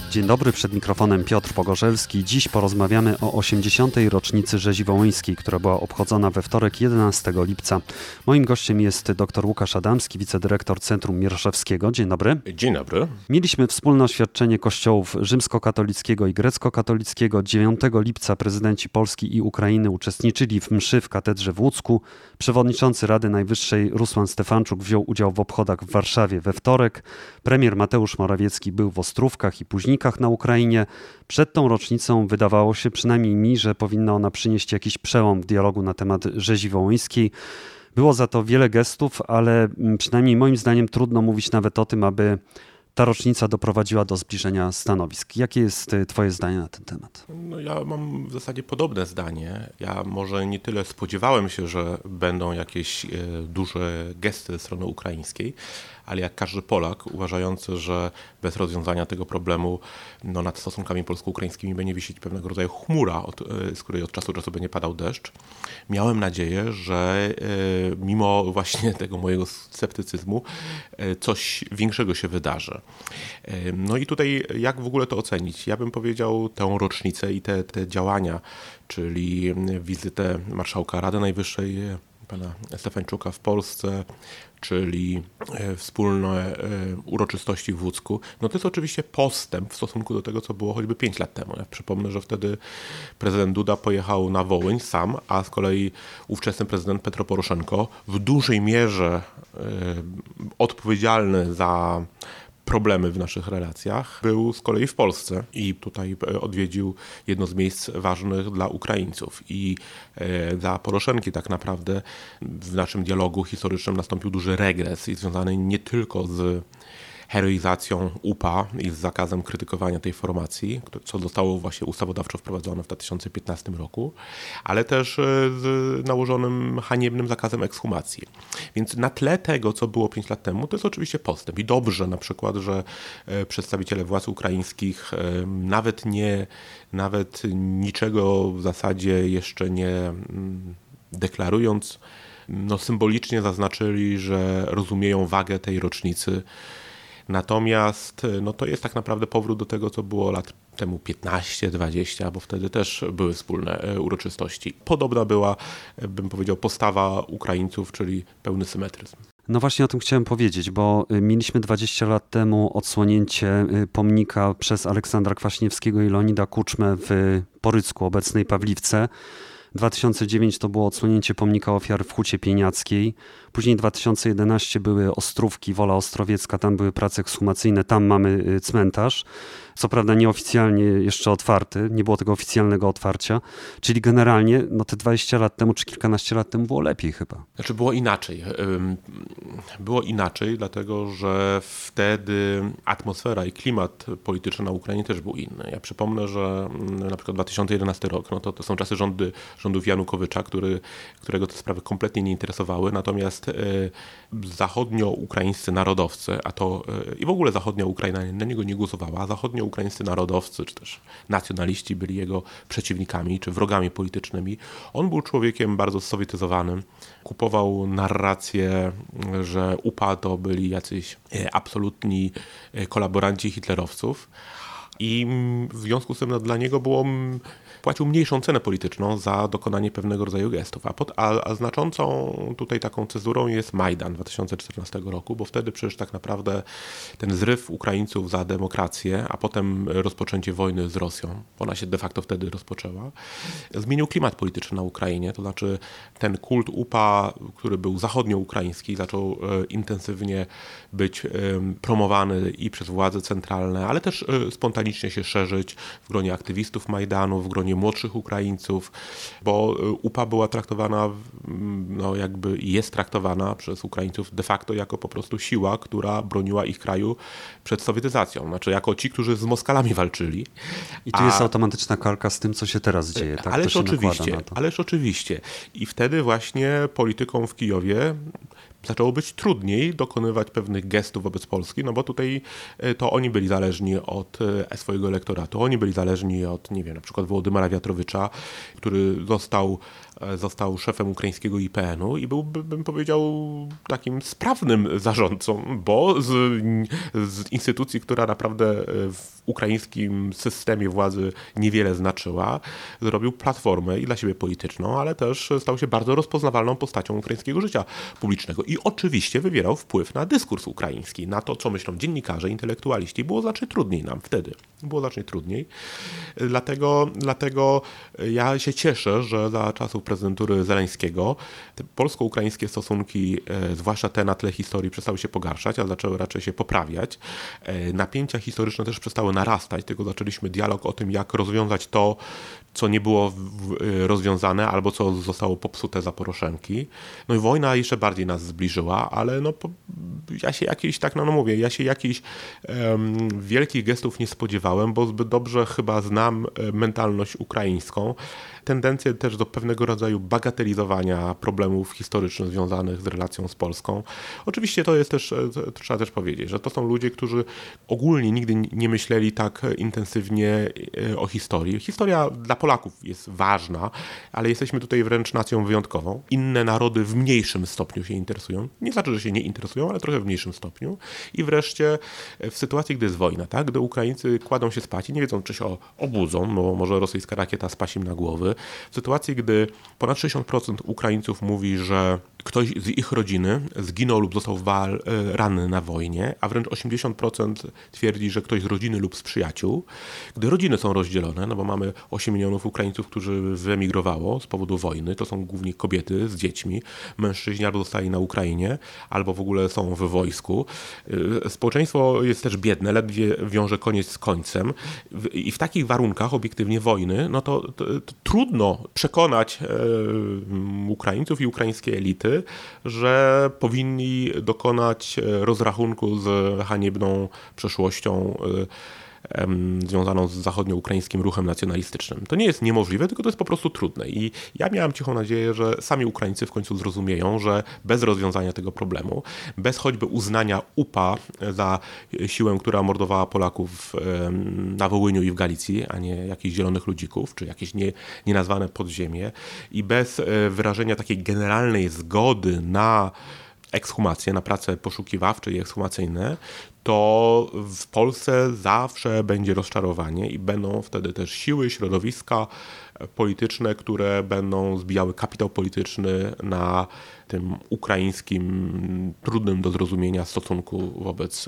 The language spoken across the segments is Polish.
Dzień dobry, przed mikrofonem Piotr Pogorzelski. Dziś porozmawiamy o 80. rocznicy Rzezi Wołyńskiej, która była obchodzona we wtorek 11 lipca. Moim gościem jest dr Łukasz Adamski, wicedyrektor Centrum Mieroszewskiego. Dzień dobry. Dzień dobry. Mieliśmy wspólne oświadczenie kościołów rzymskokatolickiego i grecko-katolickiego. 9 lipca prezydenci Polski i Ukrainy uczestniczyli w mszy w katedrze w Łódzku. Przewodniczący Rady Najwyższej Rusłan Stefanczuk wziął udział w obchodach w Warszawie we wtorek. Premier Mateusz Morawiecki był w Ostrówkach i Późnikach na Ukrainie. Przed tą rocznicą wydawało się, przynajmniej mi, że powinna ona przynieść jakiś przełom w dialogu na temat Rzezi Wołyńskiej. Było za to wiele gestów, ale przynajmniej moim zdaniem trudno mówić nawet o tym, aby ta rocznica doprowadziła do zbliżenia stanowisk. Jakie jest twoje zdanie na ten temat? Ja mam w zasadzie podobne zdanie. Ja może nie tyle spodziewałem się, że będą jakieś duże gesty ze strony ukraińskiej, ale jak każdy Polak uważający, że bez rozwiązania tego problemu nad stosunkami polsko-ukraińskimi będzie wisieć pewnego rodzaju chmura, z której od czasu do czasu będzie padał deszcz, miałem nadzieję, że mimo właśnie tego mojego sceptycyzmu coś większego się wydarzy. No i tutaj jak w ogóle to ocenić? Ja bym powiedział tę rocznicę i te działania, czyli wizytę marszałka Rady Najwyższej, pana Stefańczuka w Polsce, czyli wspólne uroczystości w Łódzku, no to jest oczywiście postęp w stosunku do tego, co było choćby 5 lat temu. Ja przypomnę, że wtedy prezydent Duda pojechał na Wołyń sam, a z kolei ówczesny prezydent Petro Poroszenko w dużej mierze odpowiedzialny za problemy w naszych relacjach, był z kolei w Polsce i tutaj odwiedził jedno z miejsc ważnych dla Ukraińców. I dla Poroszenki tak naprawdę w naszym dialogu historycznym nastąpił duży regres i związany nie tylko z heroizacją UPA i z zakazem krytykowania tej formacji, co zostało właśnie ustawodawczo wprowadzone w 2015 roku, ale też z nałożonym haniebnym zakazem ekshumacji. Więc na tle tego, co było 5 lat temu, to jest oczywiście postęp. I dobrze na przykład, że przedstawiciele władz ukraińskich nawet niczego w zasadzie jeszcze nie deklarując, symbolicznie zaznaczyli, że rozumieją wagę tej rocznicy. Natomiast to jest tak naprawdę powrót do tego, co było lat temu 15, 20, bo wtedy też były wspólne uroczystości. Podobna była, bym powiedział, postawa Ukraińców, czyli pełny symetryzm. No właśnie o tym chciałem powiedzieć, bo mieliśmy 20 lat temu odsłonięcie pomnika przez Aleksandra Kwaśniewskiego i Leonida Kuczmę w Porycku, obecnej Pawliwce. 2009 to było odsłonięcie pomnika ofiar w Hucie Pieniackiej. Później 2011 były Ostrówki, Wola Ostrowiecka, tam były prace ekshumacyjne, tam mamy cmentarz. Co prawda nieoficjalnie jeszcze otwarty, nie było tego oficjalnego otwarcia. Czyli generalnie te 20 lat temu czy kilkanaście lat temu było lepiej chyba. Znaczy było inaczej. Było inaczej, dlatego że wtedy atmosfera i klimat polityczny na Ukrainie też był inny. Ja przypomnę, że na przykład 2011 rok, to są czasy rządów Janukowycza, którego te sprawy kompletnie nie interesowały, natomiast zachodnioukraińscy narodowcy, i w ogóle zachodnia Ukraina na niego nie głosowała, zachodnioukraińscy narodowcy, czy też nacjonaliści byli jego przeciwnikami, czy wrogami politycznymi. On był człowiekiem bardzo sowietyzowanym, kupował narrację, że UPA to byli jacyś absolutni kolaboranci hitlerowców. I w związku z tym dla niego płacił mniejszą cenę polityczną za dokonanie pewnego rodzaju gestów. A znaczącą tutaj taką cezurą jest Majdan 2014 roku, bo wtedy przecież tak naprawdę ten zryw Ukraińców za demokrację, a potem rozpoczęcie wojny z Rosją, ona się de facto wtedy rozpoczęła, zmienił klimat polityczny na Ukrainie. To znaczy ten kult UPA, który był zachodnioukraiński, zaczął intensywnie być promowany i przez władze centralne, ale też spontanicznie się szerzyć w gronie aktywistów Majdanu, w gronie młodszych Ukraińców, bo UPA była traktowana, jakby jest traktowana przez Ukraińców de facto jako po prostu siła, która broniła ich kraju przed sowietyzacją. Znaczy jako ci, którzy z Moskalami walczyli. I tu jest automatyczna kalka z tym, co się teraz dzieje. Tak? Ależ oczywiście. I wtedy właśnie polityką w Kijowie zaczęło być trudniej dokonywać pewnych gestów wobec Polski, bo tutaj to oni byli zależni od swojego elektoratu. Oni byli zależni od, na przykład Wołodymyra Wiatrowicza, który został został szefem ukraińskiego IPN-u i był, bym powiedział, takim sprawnym zarządcą, bo z instytucji, która naprawdę w ukraińskim systemie władzy niewiele znaczyła, zrobił platformę i dla siebie polityczną, ale też stał się bardzo rozpoznawalną postacią ukraińskiego życia publicznego i oczywiście wywierał wpływ na dyskurs ukraiński, na to, co myślą dziennikarze, intelektualiści. Było znacznie trudniej nam wtedy. Było znacznie trudniej. Dlatego ja się cieszę, że za czasów prezydentury Zeleńskiego te polsko-ukraińskie stosunki, zwłaszcza te na tle historii, przestały się pogarszać, a zaczęły raczej się poprawiać. Napięcia historyczne też przestały narastać, tylko zaczęliśmy dialog o tym, jak rozwiązać to, co nie było rozwiązane albo co zostało popsute za Poroszenki. No i wojna jeszcze bardziej nas zbliżyła, ale ja się jakichś wielkich gestów nie spodziewałem, bo zbyt dobrze chyba znam mentalność ukraińską. Tendencję też do pewnego rodzaju bagatelizowania problemów historycznych związanych z relacją z Polską. Oczywiście to jest też, trzeba też powiedzieć, że to są ludzie, którzy ogólnie nigdy nie myśleli tak intensywnie o historii. Historia dla Polaków jest ważna, ale jesteśmy tutaj wręcz nacją wyjątkową. Inne narody w mniejszym stopniu się interesują. Nie znaczy, że się nie interesują, ale trochę w mniejszym stopniu. I wreszcie w sytuacji, gdy jest wojna, tak, gdy Ukraińcy kładą się spać i nie wiedzą, czy się obudzą, bo może rosyjska rakieta spaść im na głowy. W sytuacji, gdy ponad 60% Ukraińców mówi, że ktoś z ich rodziny zginął lub został ranny na wojnie, a wręcz 80% twierdzi, że ktoś z rodziny lub z przyjaciół. Gdy rodziny są rozdzielone, no bo mamy 8 milionów Ukraińców, którzy wyemigrowało z powodu wojny, to są głównie kobiety z dziećmi, mężczyźni albo zostali na Ukrainie, albo w ogóle są w wojsku. Społeczeństwo jest też biedne, ledwie wiąże koniec z końcem i w takich warunkach obiektywnie wojny, no to trudno przekonać Ukraińców i ukraińskie elity, że powinni dokonać rozrachunku z haniebną przeszłością związaną z zachodnioukraińskim ruchem nacjonalistycznym. To nie jest niemożliwe, tylko to jest po prostu trudne. I ja miałem cichą nadzieję, że sami Ukraińcy w końcu zrozumieją, że bez rozwiązania tego problemu, bez choćby uznania UPA za siłę, która mordowała Polaków na Wołyniu i w Galicji, a nie jakichś zielonych ludzików, czy jakieś nienazwane podziemie, i bez wyrażenia takiej generalnej zgody na ekshumacje, na prace poszukiwawcze i ekshumacyjne, to w Polsce zawsze będzie rozczarowanie i będą wtedy też siły, środowiska polityczne, które będą zbijały kapitał polityczny na tym ukraińskim, trudnym do zrozumienia stosunku wobec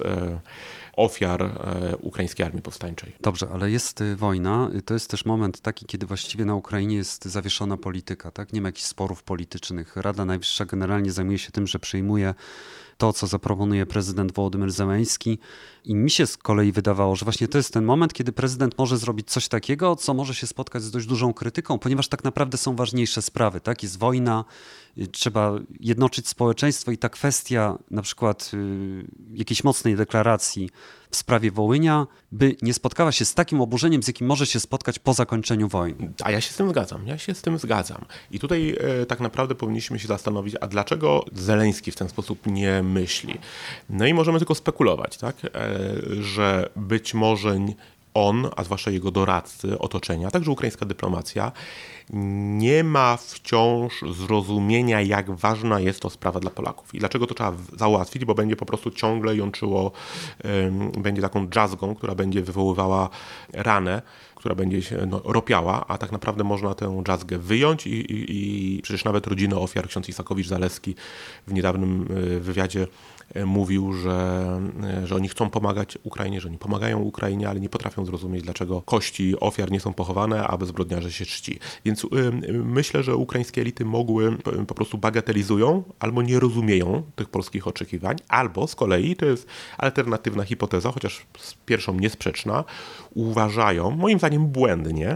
ofiar ukraińskiej armii powstańczej. Dobrze, ale jest wojna. To jest też moment taki, kiedy właściwie na Ukrainie jest zawieszona polityka, tak? Nie ma jakichś sporów politycznych. Rada Najwyższa generalnie zajmuje się tym, że przyjmuje to, co zaproponuje prezydent Wołodymyr Zełenski. I mi się z kolei wydawało, że właśnie to jest ten moment, kiedy prezydent może zrobić coś takiego, co może się spotkać z dość dużą krytyką, ponieważ tak naprawdę są ważniejsze sprawy, tak? Jest wojna, trzeba jednoczyć społeczeństwo i ta kwestia na przykład jakiejś mocnej deklaracji w sprawie Wołynia by nie spotkała się z takim oburzeniem, z jakim może się spotkać po zakończeniu wojny. A ja się z tym zgadzam. I tutaj tak naprawdę powinniśmy się zastanowić, a dlaczego Zeleński w ten sposób nie myśli? No i możemy tylko spekulować, tak? Że być może on, a zwłaszcza jego doradcy, otoczenia, a także ukraińska dyplomacja, nie ma wciąż zrozumienia, jak ważna jest to sprawa dla Polaków. I dlaczego to trzeba załatwić, bo będzie po prostu ciągle jączyło, będzie taką dżazgą, która będzie wywoływała ranę, która będzie się ropiała, a tak naprawdę można tę dżazgę wyjąć i przecież nawet rodziny ofiar, ksiądz Isakowicz-Zaleski w niedawnym wywiadzie mówił, że oni chcą pomagać Ukrainie, że oni pomagają Ukrainie, ale nie potrafią zrozumieć, dlaczego kości ofiar nie są pochowane, a bezbrodniarze się czci. Więc myślę, że ukraińskie elity mogły po prostu bagatelizują albo nie rozumieją tych polskich oczekiwań, albo z kolei, to jest alternatywna hipoteza, chociaż z pierwszą niesprzeczna, uważają, moim zdaniem błędnie,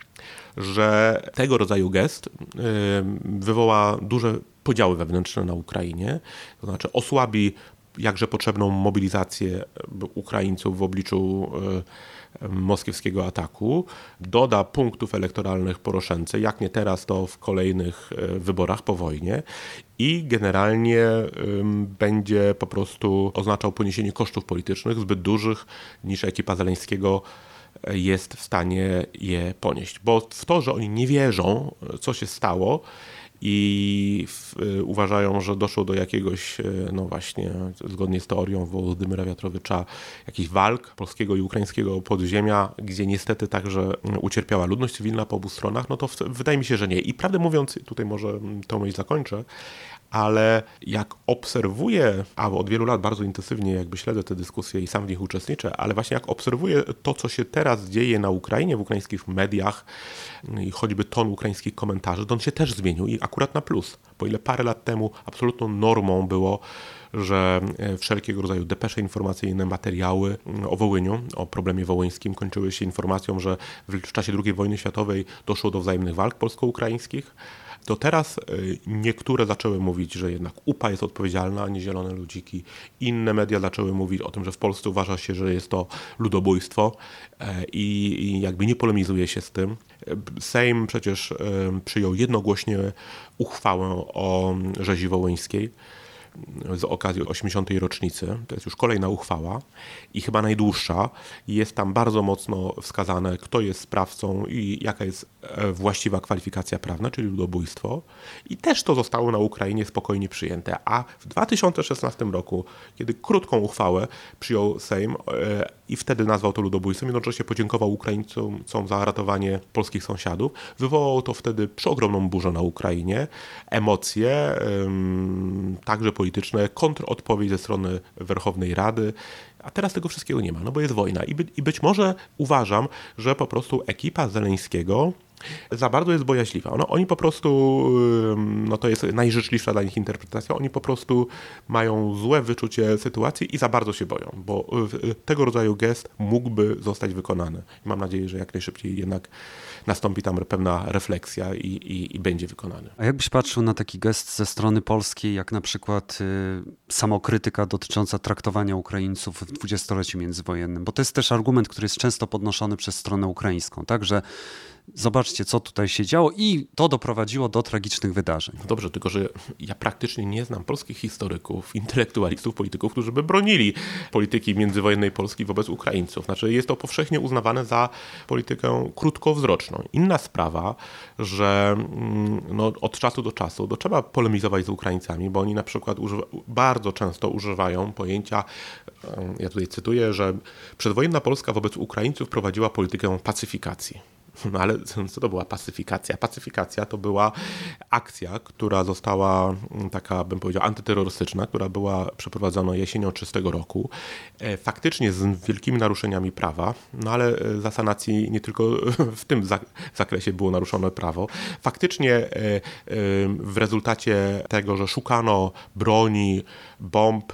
że tego rodzaju gest wywoła duże podziały wewnętrzne na Ukrainie, to znaczy osłabi jakże potrzebną mobilizację Ukraińców w obliczu moskiewskiego ataku, doda punktów elektoralnych Poroszence, jak nie teraz, to w kolejnych wyborach po wojnie i generalnie będzie po prostu oznaczał poniesienie kosztów politycznych zbyt dużych, niż ekipa Zeleńskiego jest w stanie je ponieść. Bo w to, że oni nie wierzą, co się stało i uważają, że doszło do jakiegoś, no właśnie, zgodnie z teorią Wołodymyra Wiatrowicza, jakichś walk polskiego i ukraińskiego podziemia, gdzie niestety także ucierpiała ludność cywilna po obu stronach, no to wydaje mi się, że nie. I prawdę mówiąc, tutaj może tą myśl zakończę, ale jak obserwuję, a od wielu lat bardzo intensywnie jakby śledzę te dyskusje i sam w nich uczestniczę, ale właśnie jak obserwuję to, co się teraz dzieje na Ukrainie, w ukraińskich mediach i choćby ton ukraińskich komentarzy, to on się też zmienił i akurat na plus. Bo ile parę lat temu absolutną normą było, że wszelkiego rodzaju depesze informacyjne, materiały o Wołyniu, o problemie wołyńskim kończyły się informacją, że w czasie II wojny światowej doszło do wzajemnych walk polsko-ukraińskich, to teraz niektóre zaczęły mówić, że jednak UPA jest odpowiedzialna, a nie Zielone Ludziki. Inne media zaczęły mówić o tym, że w Polsce uważa się, że jest to ludobójstwo i jakby nie polemizuje się z tym. Sejm przecież przyjął jednogłośnie uchwałę o rzezi wołyńskiej z okazji 80. rocznicy. To jest już kolejna uchwała i chyba najdłuższa. Jest tam bardzo mocno wskazane, kto jest sprawcą i jaka jest właściwa kwalifikacja prawna, czyli ludobójstwo. I też to zostało na Ukrainie spokojnie przyjęte. A w 2016 roku, kiedy krótką uchwałę przyjął Sejm i wtedy nazwał to ludobójstwem, jednocześnie podziękował Ukraińcom za ratowanie polskich sąsiadów, wywołało to wtedy przeogromną burzę na Ukrainie, emocje, także polityczne, kontrodpowiedź ze strony Werchownej Rady, a teraz tego wszystkiego nie ma, no bo jest wojna. I być może uważam, że po prostu ekipa Zeleńskiego za bardzo jest bojaźliwa. Oni po prostu, no to jest najżyczliwsza dla nich interpretacja, oni po prostu mają złe wyczucie sytuacji i za bardzo się boją, bo tego rodzaju gest mógłby zostać wykonany. Mam nadzieję, że jak najszybciej jednak nastąpi tam pewna refleksja i będzie wykonany. A jakbyś patrzył na taki gest ze strony polskiej, jak na przykład samokrytyka dotycząca traktowania Ukraińców w dwudziestoleciu międzywojennym? Bo to jest też argument, który jest często podnoszony przez stronę ukraińską, tak, że zobaczcie, co tutaj się działo i to doprowadziło do tragicznych wydarzeń. No dobrze, tylko że ja praktycznie nie znam polskich historyków, intelektualistów, polityków, którzy by bronili polityki międzywojennej Polski wobec Ukraińców. Znaczy jest to powszechnie uznawane za politykę krótkowzroczną. Inna sprawa, że no, od czasu do czasu trzeba polemizować z Ukraińcami, bo oni na przykład bardzo często używają pojęcia, ja tutaj cytuję, że przedwojenna Polska wobec Ukraińców prowadziła politykę pacyfikacji. No ale co to była pacyfikacja? Pacyfikacja to była akcja, która została taka, bym powiedział, antyterrorystyczna, która była przeprowadzona jesienią 1930 roku. Faktycznie z wielkimi naruszeniami prawa, no ale za sanacji nie tylko w tym zakresie było naruszone prawo. Faktycznie w rezultacie tego, że szukano broni, bomb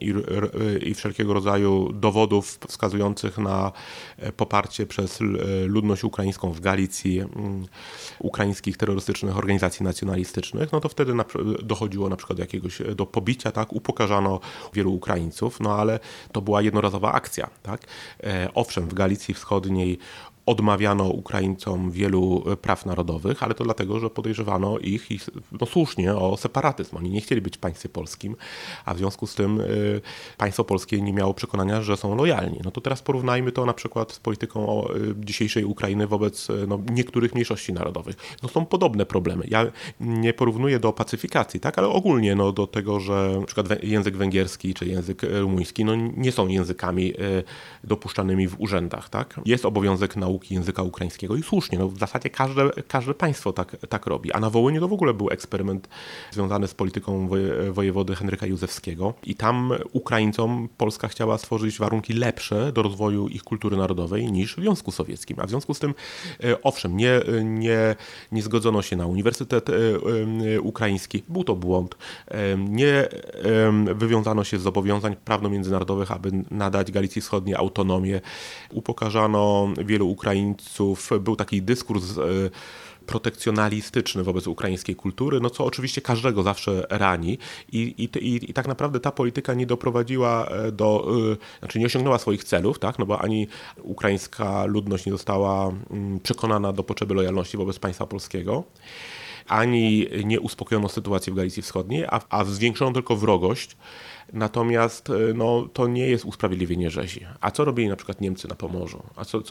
i wszelkiego rodzaju dowodów wskazujących na poparcie przez ludność ukraińską w Galicji ukraińskich terrorystycznych organizacji nacjonalistycznych, no to wtedy dochodziło na przykład do pobicia, tak, upokarzano wielu Ukraińców, no ale to była jednorazowa akcja, tak. Owszem, w Galicji Wschodniej odmawiano Ukraińcom wielu praw narodowych, ale to dlatego, że podejrzewano ich, no słusznie, o separatyzm. Oni nie chcieli być w państwie polskim, a w związku z tym państwo polskie nie miało przekonania, że są lojalni. No to teraz porównajmy to na przykład z polityką dzisiejszej Ukrainy wobec niektórych mniejszości narodowych. No są podobne problemy. Ja nie porównuję do pacyfikacji, tak, ale ogólnie no, do tego, że na przykład język węgierski czy język rumuński no, nie są językami dopuszczanymi w urzędach. Tak? Jest obowiązek nauki języka ukraińskiego i słusznie, no w zasadzie każde państwo tak robi. A na Wołyniu to w ogóle był eksperyment związany z polityką wojewody Henryka Józefskiego i tam Ukraińcom Polska chciała stworzyć warunki lepsze do rozwoju ich kultury narodowej niż w Związku Sowieckim. A w związku z tym, owszem, nie zgodzono się na Uniwersytet Ukraiński. Był to błąd. Nie wywiązano się z zobowiązań prawno-międzynarodowych, aby nadać Galicji Wschodniej autonomię. Upokarzano wielu Ukraińców. Był taki dyskurs protekcjonalistyczny wobec ukraińskiej kultury, no co oczywiście każdego zawsze rani i tak naprawdę ta polityka nie doprowadziła znaczy nie osiągnęła swoich celów, tak, no bo ani ukraińska ludność nie została przekonana do potrzeby lojalności wobec państwa polskiego. ani nie uspokojono sytuacji w Galicji Wschodniej, a zwiększono tylko wrogość. Natomiast to nie jest usprawiedliwienie rzezi. A co robili na przykład Niemcy na Pomorzu? A co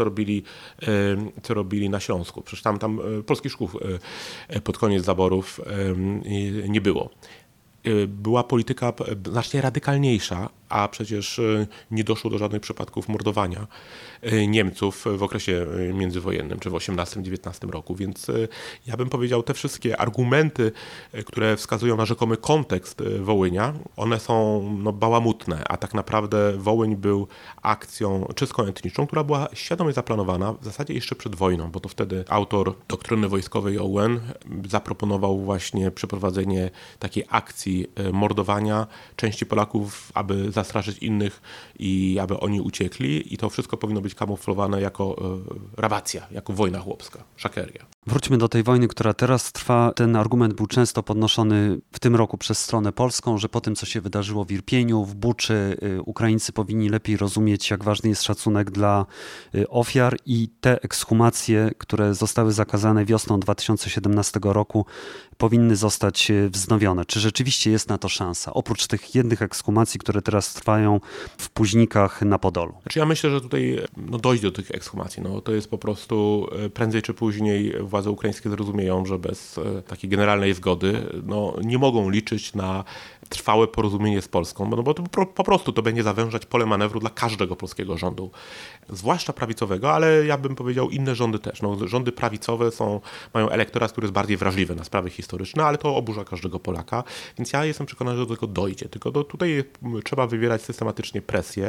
robili na Śląsku? Przecież tam polskich szkół pod koniec zaborów nie było. Była polityka znacznie radykalniejsza, a przecież nie doszło do żadnych przypadków mordowania Niemców w okresie międzywojennym, czy w 18-19 roku. Więc ja bym powiedział, te wszystkie argumenty, które wskazują na rzekomy kontekst Wołynia, one są bałamutne, a tak naprawdę Wołyń był akcją czystką etniczną, która była świadomie zaplanowana w zasadzie jeszcze przed wojną, bo to wtedy autor doktryny wojskowej Owen zaproponował właśnie przeprowadzenie takiej akcji mordowania części Polaków, aby zastraszyć innych i aby oni uciekli, i to wszystko powinno być kamuflowane jako rabacja, jako wojna chłopska, szakeria. Wróćmy do tej wojny, która teraz trwa. Ten argument był często podnoszony w tym roku przez stronę polską, że po tym, co się wydarzyło w Irpieniu, w Buczy, Ukraińcy powinni lepiej rozumieć, jak ważny jest szacunek dla ofiar, i te ekshumacje, które zostały zakazane wiosną 2017 roku, powinny zostać wznowione. Czy rzeczywiście jest na to szansa? Oprócz tych jednych ekshumacji, które teraz trwają w Późnikach na Podolu. Znaczy ja myślę, że tutaj dojdzie do tych ekshumacji. To jest po prostu prędzej czy później władze ukraińskie zrozumieją, że bez takiej generalnej zgody nie mogą liczyć na trwałe porozumienie z Polską, bo to po prostu to będzie zawężać pole manewru dla każdego polskiego rządu, zwłaszcza prawicowego, ale ja bym powiedział inne rządy też. Rządy prawicowe mają elektorat, który jest bardziej wrażliwy na sprawy historyczne, ale to oburza każdego Polaka, więc ja jestem przekonany, że do tego dojdzie. Tylko tutaj trzeba wywierać systematycznie presję,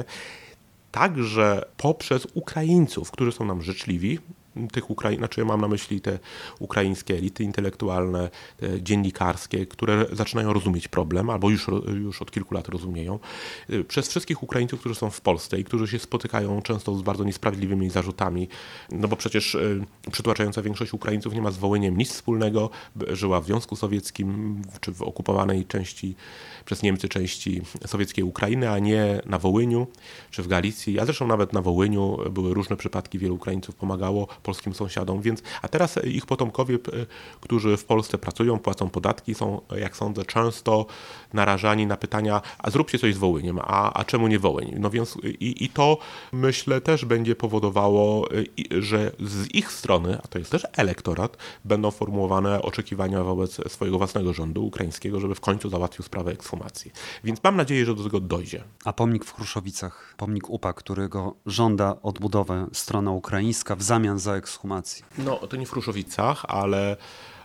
także poprzez Ukraińców, którzy są nam życzliwi, znaczy ja mam na myśli te ukraińskie elity intelektualne, te dziennikarskie, które zaczynają rozumieć problem, albo już od kilku lat rozumieją. Przez wszystkich Ukraińców, którzy są w Polsce i którzy się spotykają często z bardzo niesprawiedliwymi zarzutami, bo przecież przytłaczająca większość Ukraińców nie ma z Wołyniem nic wspólnego, żyła w Związku Sowieckim, czy w okupowanej przez Niemcy części sowieckiej Ukrainy, a nie na Wołyniu, czy w Galicji, a zresztą nawet na Wołyniu były różne przypadki, wielu Ukraińców pomagało polskim sąsiadom, a teraz ich potomkowie, którzy w Polsce pracują, płacą podatki, są, jak sądzę, często narażani na pytania, a zróbcie coś z Wołyniem, a czemu nie Wołyń? Więc i to, myślę, też będzie powodowało, że z ich strony, a to jest też elektorat, będą formułowane oczekiwania wobec swojego własnego rządu ukraińskiego, żeby w końcu załatwił sprawę ekshumacji. Więc mam nadzieję, że do tego dojdzie. A pomnik w Chruszowicach, pomnik UPA, którego żąda odbudowę strona ukraińska w zamian za ekshumację. To nie w Chruszowicach, ale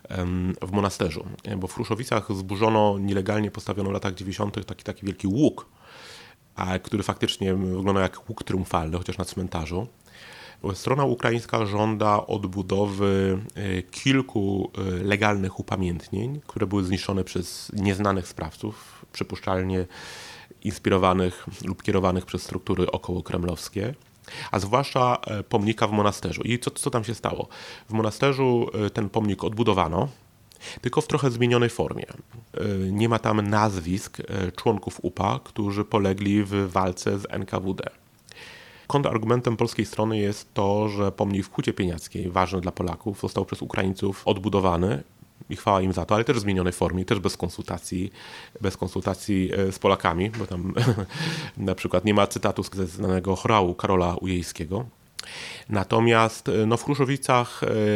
w Monasterzu, bo w Chruszowicach zburzono nielegalnie postawiony w latach 90. taki wielki łuk, który faktycznie wygląda jak łuk triumfalny, chociaż na cmentarzu. Strona ukraińska żąda odbudowy kilku legalnych upamiętnień, które były zniszczone przez nieznanych sprawców, przypuszczalnie inspirowanych lub kierowanych przez struktury okołokremlowskie, a zwłaszcza pomnika w Monasterzu. I co tam się stało? W Monasterzu ten pomnik odbudowano, tylko w trochę zmienionej formie. Nie ma tam nazwisk członków UPA, którzy polegli w walce z NKWD. Kontrargumentem polskiej strony jest to, że pomnik w Hucie Pieniackiej, ważny dla Polaków, został przez Ukraińców odbudowany i chwała im za to, ale też w zmienionej formie, też bez konsultacji z Polakami, bo tam na przykład nie ma cytatu ze znanego chorału Karola Ujejskiego. Natomiast w Chruszowicach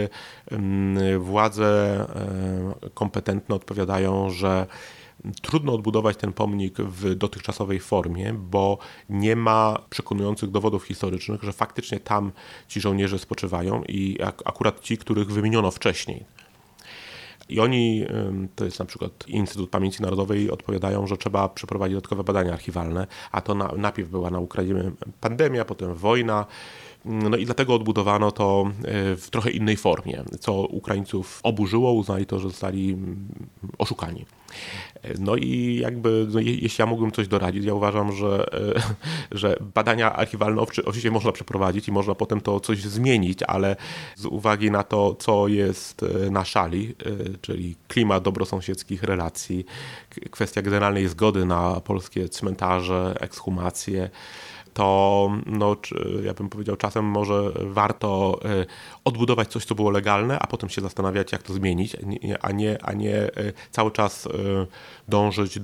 władze kompetentne odpowiadają, że trudno odbudować ten pomnik w dotychczasowej formie, bo nie ma przekonujących dowodów historycznych, że faktycznie tam ci żołnierze spoczywają i akurat ci, których wymieniono wcześniej. I oni, to jest na przykład Instytut Pamięci Narodowej, odpowiadają, że trzeba przeprowadzić dodatkowe badania archiwalne, a to najpierw była na Ukrainie pandemia, potem wojna. I dlatego odbudowano to w trochę innej formie, co Ukraińców oburzyło, uznali to, że zostali oszukani. I jeśli ja mógłbym coś doradzić, ja uważam, że badania archiwalne oczywiście można przeprowadzić i można potem to coś zmienić, ale z uwagi na to, co jest na szali, czyli klimat dobrosąsiedzkich relacji, kwestia generalnej zgody na polskie cmentarze, ekshumacje, to ja bym powiedział, czasem może warto odbudować coś, co było legalne, a potem się zastanawiać, jak to zmienić, a nie cały czas dążyć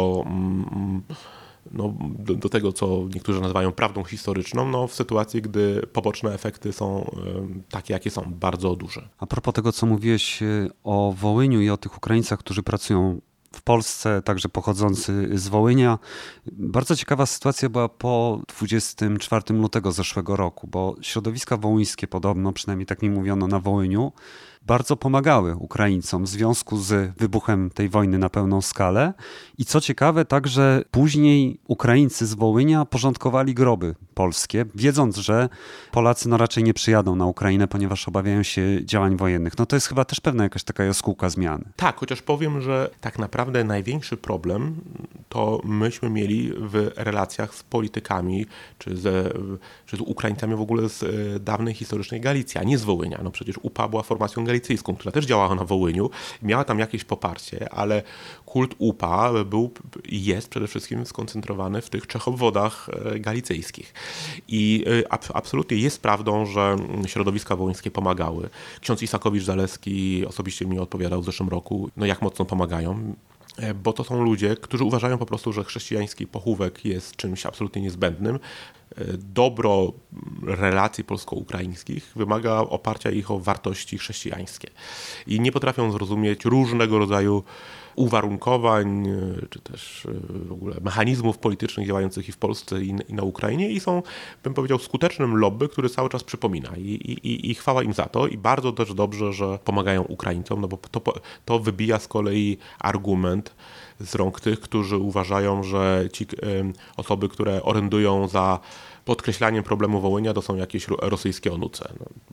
do tego, co niektórzy nazywają prawdą historyczną, w sytuacji, gdy poboczne efekty są takie, jakie są, bardzo duże. A propos tego, co mówiłeś o Wołyniu i o tych Ukraińcach, którzy pracują w Polsce, także pochodzący z Wołynia. Bardzo ciekawa sytuacja była po 24 lutego zeszłego roku, bo środowiska wołyńskie podobno, przynajmniej tak mi mówiono na Wołyniu, bardzo pomagały Ukraińcom w związku z wybuchem tej wojny na pełną skalę. I co ciekawe, także później Ukraińcy z Wołynia porządkowali groby polskie, wiedząc, że Polacy raczej nie przyjadą na Ukrainę, ponieważ obawiają się działań wojennych. To jest chyba też pewna jakaś taka jaskółka zmiany. Tak, chociaż powiem, że tak naprawdę największy problem to myśmy mieli w relacjach z politykami, czy z Ukraińcami w ogóle z dawnej historycznej Galicji, a nie z Wołynia. Przecież UPA była formacją galicyjską, która też działała na Wołyniu, miała tam jakieś poparcie, ale kult UPA jest przede wszystkim skoncentrowany w tych 3 obwodach galicyjskich. I absolutnie jest prawdą, że środowiska wołyńskie pomagały. Ksiądz Isakowicz-Zaleski osobiście mi odpowiadał w zeszłym roku, jak mocno pomagają. Bo to są ludzie, którzy uważają po prostu, że chrześcijański pochówek jest czymś absolutnie niezbędnym. Dobro relacji polsko-ukraińskich wymaga oparcia ich o wartości chrześcijańskie. I nie potrafią zrozumieć różnego rodzaju uwarunkowań, czy też w ogóle mechanizmów politycznych działających i w Polsce, i na Ukrainie i są, bym powiedział, skutecznym lobby, który cały czas przypomina i chwała im za to i bardzo też dobrze, że pomagają Ukraińcom, bo to wybija z kolei argument z rąk tych, którzy uważają, że ci osoby, które orędują za podkreślaniem problemu Wołynia, to są jakieś rosyjskie onuce.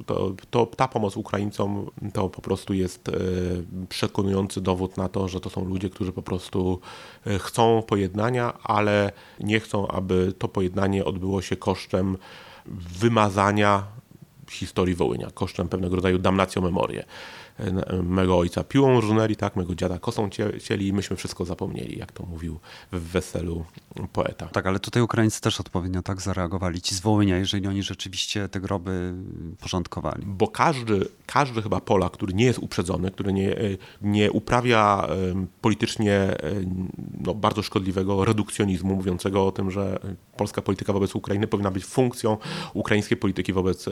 Ta pomoc Ukraińcom to po prostu jest przekonujący dowód na to, że to są ludzie, którzy po prostu chcą pojednania, ale nie chcą, aby to pojednanie odbyło się kosztem wymazania historii Wołynia, kosztem pewnego rodzaju damnatio memoriae. Mego ojca piłą rżnęli, tak, mego dziada kosą cieli i myśmy wszystko zapomnieli, jak to mówił w Weselu poeta. Tak, ale tutaj Ukraińcy też odpowiednio tak zareagowali, ci z Wołynia, jeżeli oni rzeczywiście te groby porządkowali. Bo każdy chyba Polak, który nie jest uprzedzony, który nie uprawia politycznie bardzo szkodliwego redukcjonizmu, mówiącego o tym, że polska polityka wobec Ukrainy powinna być funkcją ukraińskiej polityki wobec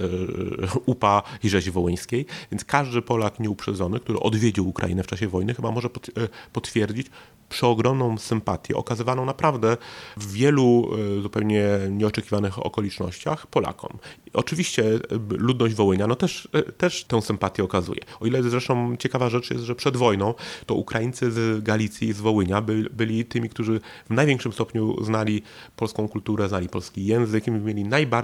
UPA i rzezi wołyńskiej, więc każdy Polak nieuprzedzony, który odwiedził Ukrainę w czasie wojny, chyba może potwierdzić przeogromną sympatię okazywaną naprawdę w wielu zupełnie nieoczekiwanych okolicznościach Polakom. Oczywiście ludność Wołynia też tę sympatię okazuje. O ile zresztą ciekawa rzecz jest, że przed wojną to Ukraińcy z Galicji, z Wołynia byli tymi, którzy w największym stopniu znali polską kulturę, znali polski język i mieli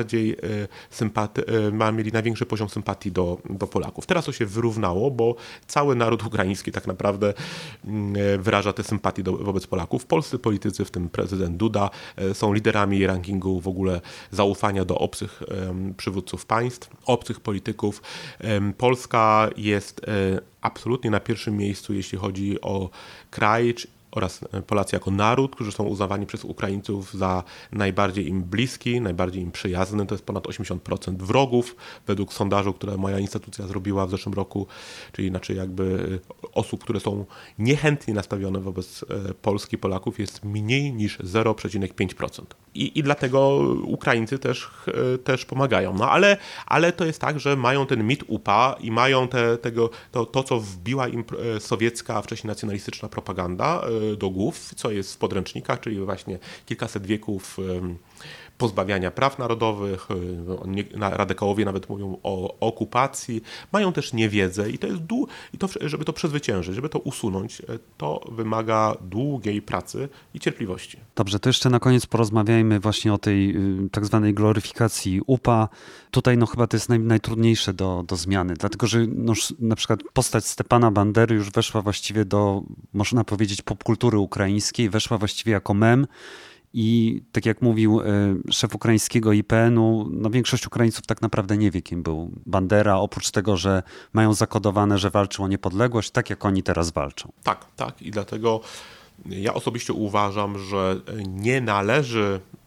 mieli największy poziom sympatii do Polaków. Teraz to się wyrównało, bo cały naród ukraiński tak naprawdę wyraża te sympatie wobec Polaków. Polscy politycy, w tym prezydent Duda, są liderami rankingu w ogóle zaufania do obcych przywódców państw, obcych polityków. Polska jest absolutnie na pierwszym miejscu, jeśli chodzi o kraj oraz Polacy jako naród, którzy są uznawani przez Ukraińców za najbardziej im bliski, najbardziej im przyjazny. To jest ponad 80% wrogów, według sondażu, które moja instytucja zrobiła w zeszłym roku, czyli inaczej jakby osób, które są niechętnie nastawione wobec Polski, Polaków jest mniej niż 0,5%. I dlatego Ukraińcy też pomagają. Ale to jest tak, że mają ten mit UPA i mają to, co wbiła im sowiecka, wcześniej nacjonalistyczna propaganda do głów, co jest w podręcznikach, czyli właśnie kilkaset wieków pozbawiania praw narodowych, radykałowie nawet mówią o okupacji, mają też niewiedzę i żeby to przezwyciężyć, żeby to usunąć, to wymaga długiej pracy i cierpliwości. Dobrze, to jeszcze na koniec porozmawiajmy właśnie o tej tak zwanej gloryfikacji UPA. Tutaj chyba to jest najtrudniejsze do zmiany, dlatego że na przykład postać Stepana Bandery już weszła właściwie do, można powiedzieć, popkultury ukraińskiej, weszła właściwie jako mem. I tak jak mówił szef ukraińskiego IPN-u, większość Ukraińców tak naprawdę nie wie, kim był Bandera, oprócz tego, że mają zakodowane, że walczył o niepodległość, tak jak oni teraz walczą. Tak. I dlatego ja osobiście uważam, że nie należy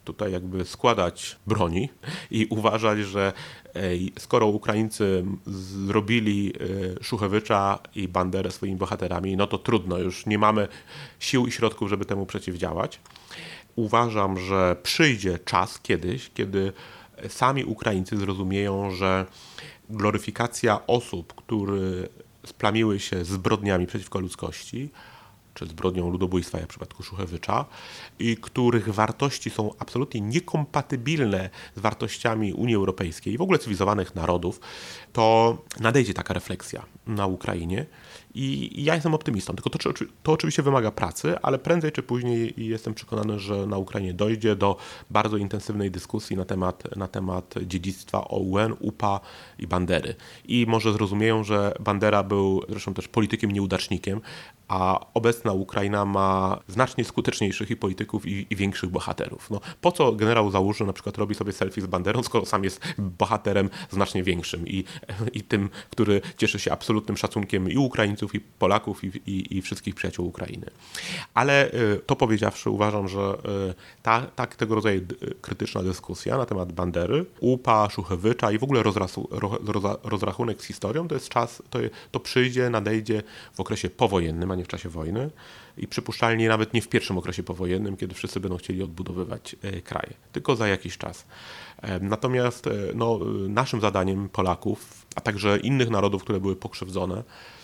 tutaj jakby składać broni i uważać, że skoro Ukraińcy zrobili Szuchewycza i Banderę swoimi bohaterami, no to trudno, już nie mamy sił i środków, żeby temu przeciwdziałać. Uważam, że przyjdzie czas kiedyś, kiedy sami Ukraińcy zrozumieją, że gloryfikacja osób, które splamiły się zbrodniami przeciwko ludzkości, czy zbrodnią ludobójstwa, jak w przypadku Szuchewycza, i których wartości są absolutnie niekompatybilne z wartościami Unii Europejskiej i w ogóle cywilizowanych narodów, to nadejdzie taka refleksja na Ukrainie i ja jestem optymistą. Tylko to oczywiście wymaga pracy, ale prędzej czy później jestem przekonany, że na Ukrainie dojdzie do bardzo intensywnej dyskusji na temat dziedzictwa OUN, UPA i Bandery. I może zrozumieją, że Bandera był zresztą też politykiem nieudacznikiem, a obecna Ukraina ma znacznie skuteczniejszych i polityków i większych bohaterów. No, po co generał Załużny na przykład robi sobie selfie z Banderą, skoro sam jest bohaterem znacznie większym i tym, który cieszy się absolutnym szacunkiem i Ukraińców, i Polaków, i wszystkich przyjaciół Ukrainy. Ale to powiedziawszy, uważam, że tego rodzaju krytyczna dyskusja na temat Bandery, UPA, Szuchewycza i w ogóle rozrachunek z historią, to jest czas, to przyjdzie, nadejdzie w okresie powojennym, a nie w czasie wojny i przypuszczalnie nawet nie w pierwszym okresie powojennym, kiedy wszyscy będą chcieli odbudowywać kraje, tylko za jakiś czas. Natomiast naszym zadaniem Polaków, a także innych narodów, które były pokrzywdzone,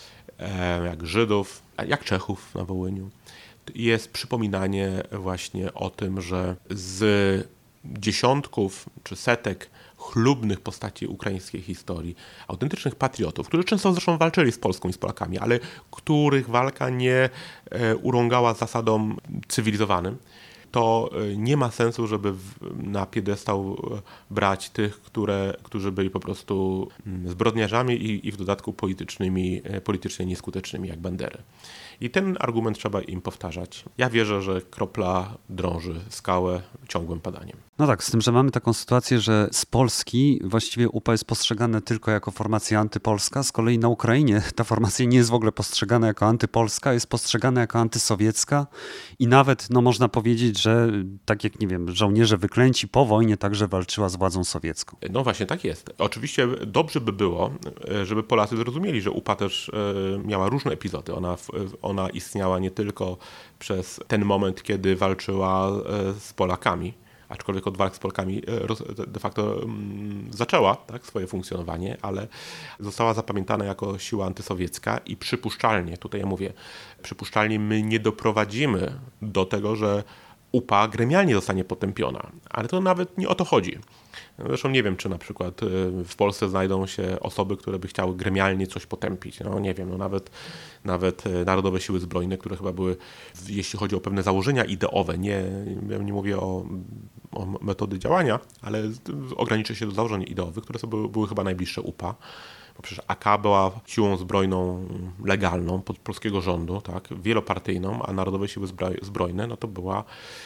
jak Żydów, jak Czechów na Wołyniu, jest przypominanie właśnie o tym, że z dziesiątków czy setek chlubnych postaci ukraińskiej historii, autentycznych patriotów, którzy często zresztą walczyli z Polską i z Polakami, ale których walka nie urągała zasadom cywilizowanym, to nie ma sensu, żeby na piedestał brać tych, którzy byli po prostu zbrodniarzami i w dodatku politycznie nieskutecznymi jak Bandery. I ten argument trzeba im powtarzać. Ja wierzę, że kropla drąży skałę ciągłym padaniem. No tak, z tym, że mamy taką sytuację, że z Polski właściwie UPA jest postrzegane tylko jako formacja antypolska, z kolei na Ukrainie ta formacja nie jest w ogóle postrzegana jako antypolska, jest postrzegana jako antysowiecka i nawet można powiedzieć, że tak jak, nie wiem, żołnierze wyklęci po wojnie także walczyła z władzą sowiecką. No właśnie, tak jest. Oczywiście dobrze by było, żeby Polacy zrozumieli, że UPA też miała różne epizody. Ona istniała nie tylko przez ten moment, kiedy walczyła z Polakami, aczkolwiek od walk z Polakami de facto zaczęła swoje funkcjonowanie, ale została zapamiętana jako siła antysowiecka i przypuszczalnie, tutaj ja mówię, przypuszczalnie my nie doprowadzimy do tego, że UPA gremialnie zostanie potępiona, ale to nawet nie o to chodzi. Zresztą nie wiem, czy na przykład w Polsce znajdą się osoby, które by chciały gremialnie coś potępić. Nie wiem, nawet Narodowe Siły Zbrojne, które chyba były, jeśli chodzi o pewne założenia ideowe, nie mówię o metody działania, ale ograniczę się do założeń ideowych, które były chyba najbliższe UPA. Bo przecież AK była siłą zbrojną legalną pod polskiego rządu, tak, wielopartyjną, a Narodowe Siły Zbrojne to była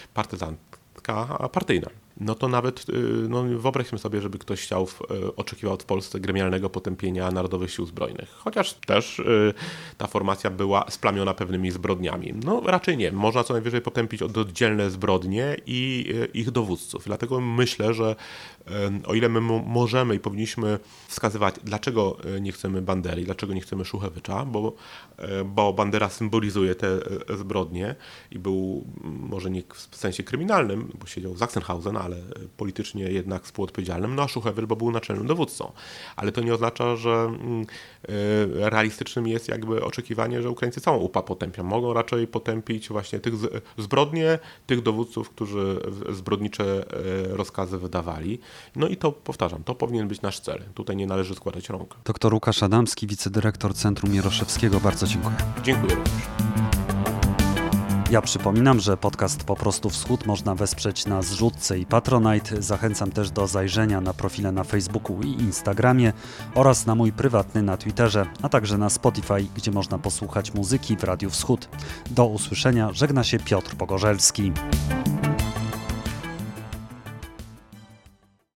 partyzantka partyjna. No to nawet wyobraźmy sobie, żeby ktoś oczekiwał w Polsce gremialnego potępienia Narodowych Sił Zbrojnych. Chociaż też ta formacja była splamiona pewnymi zbrodniami. No raczej nie. Można co najwyżej potępić oddzielne zbrodnie i ich dowódców. Dlatego myślę, że o ile my możemy i powinniśmy wskazywać, dlaczego nie chcemy Bandery, dlaczego nie chcemy Szuchewycza, bo Bandera symbolizuje te zbrodnie i był może nie w sensie kryminalnym, bo siedział w Sachsenhausen, ale politycznie jednak współodpowiedzialnym, a Szuchewicz, bo był naczelnym dowódcą. Ale to nie oznacza, że realistycznym jest jakby oczekiwanie, że Ukraińcy całą UPA potępią. Mogą raczej potępić właśnie tych zbrodnie, tych dowódców, którzy zbrodnicze rozkazy wydawali. No i to, powtarzam, to powinien być nasz cel. Tutaj nie należy składać rąk. Dr Łukasz Adamski, wicedyrektor Centrum Jaroszewskiego. Bardzo dziękuję. Dziękuję również. Ja przypominam, że podcast Po prostu Wschód można wesprzeć na Zrzutce i Patronite. Zachęcam też do zajrzenia na profile na Facebooku i Instagramie oraz na mój prywatny na Twitterze, a także na Spotify, gdzie można posłuchać muzyki w Radiu Wschód. Do usłyszenia, żegna się Piotr Pogorzelski.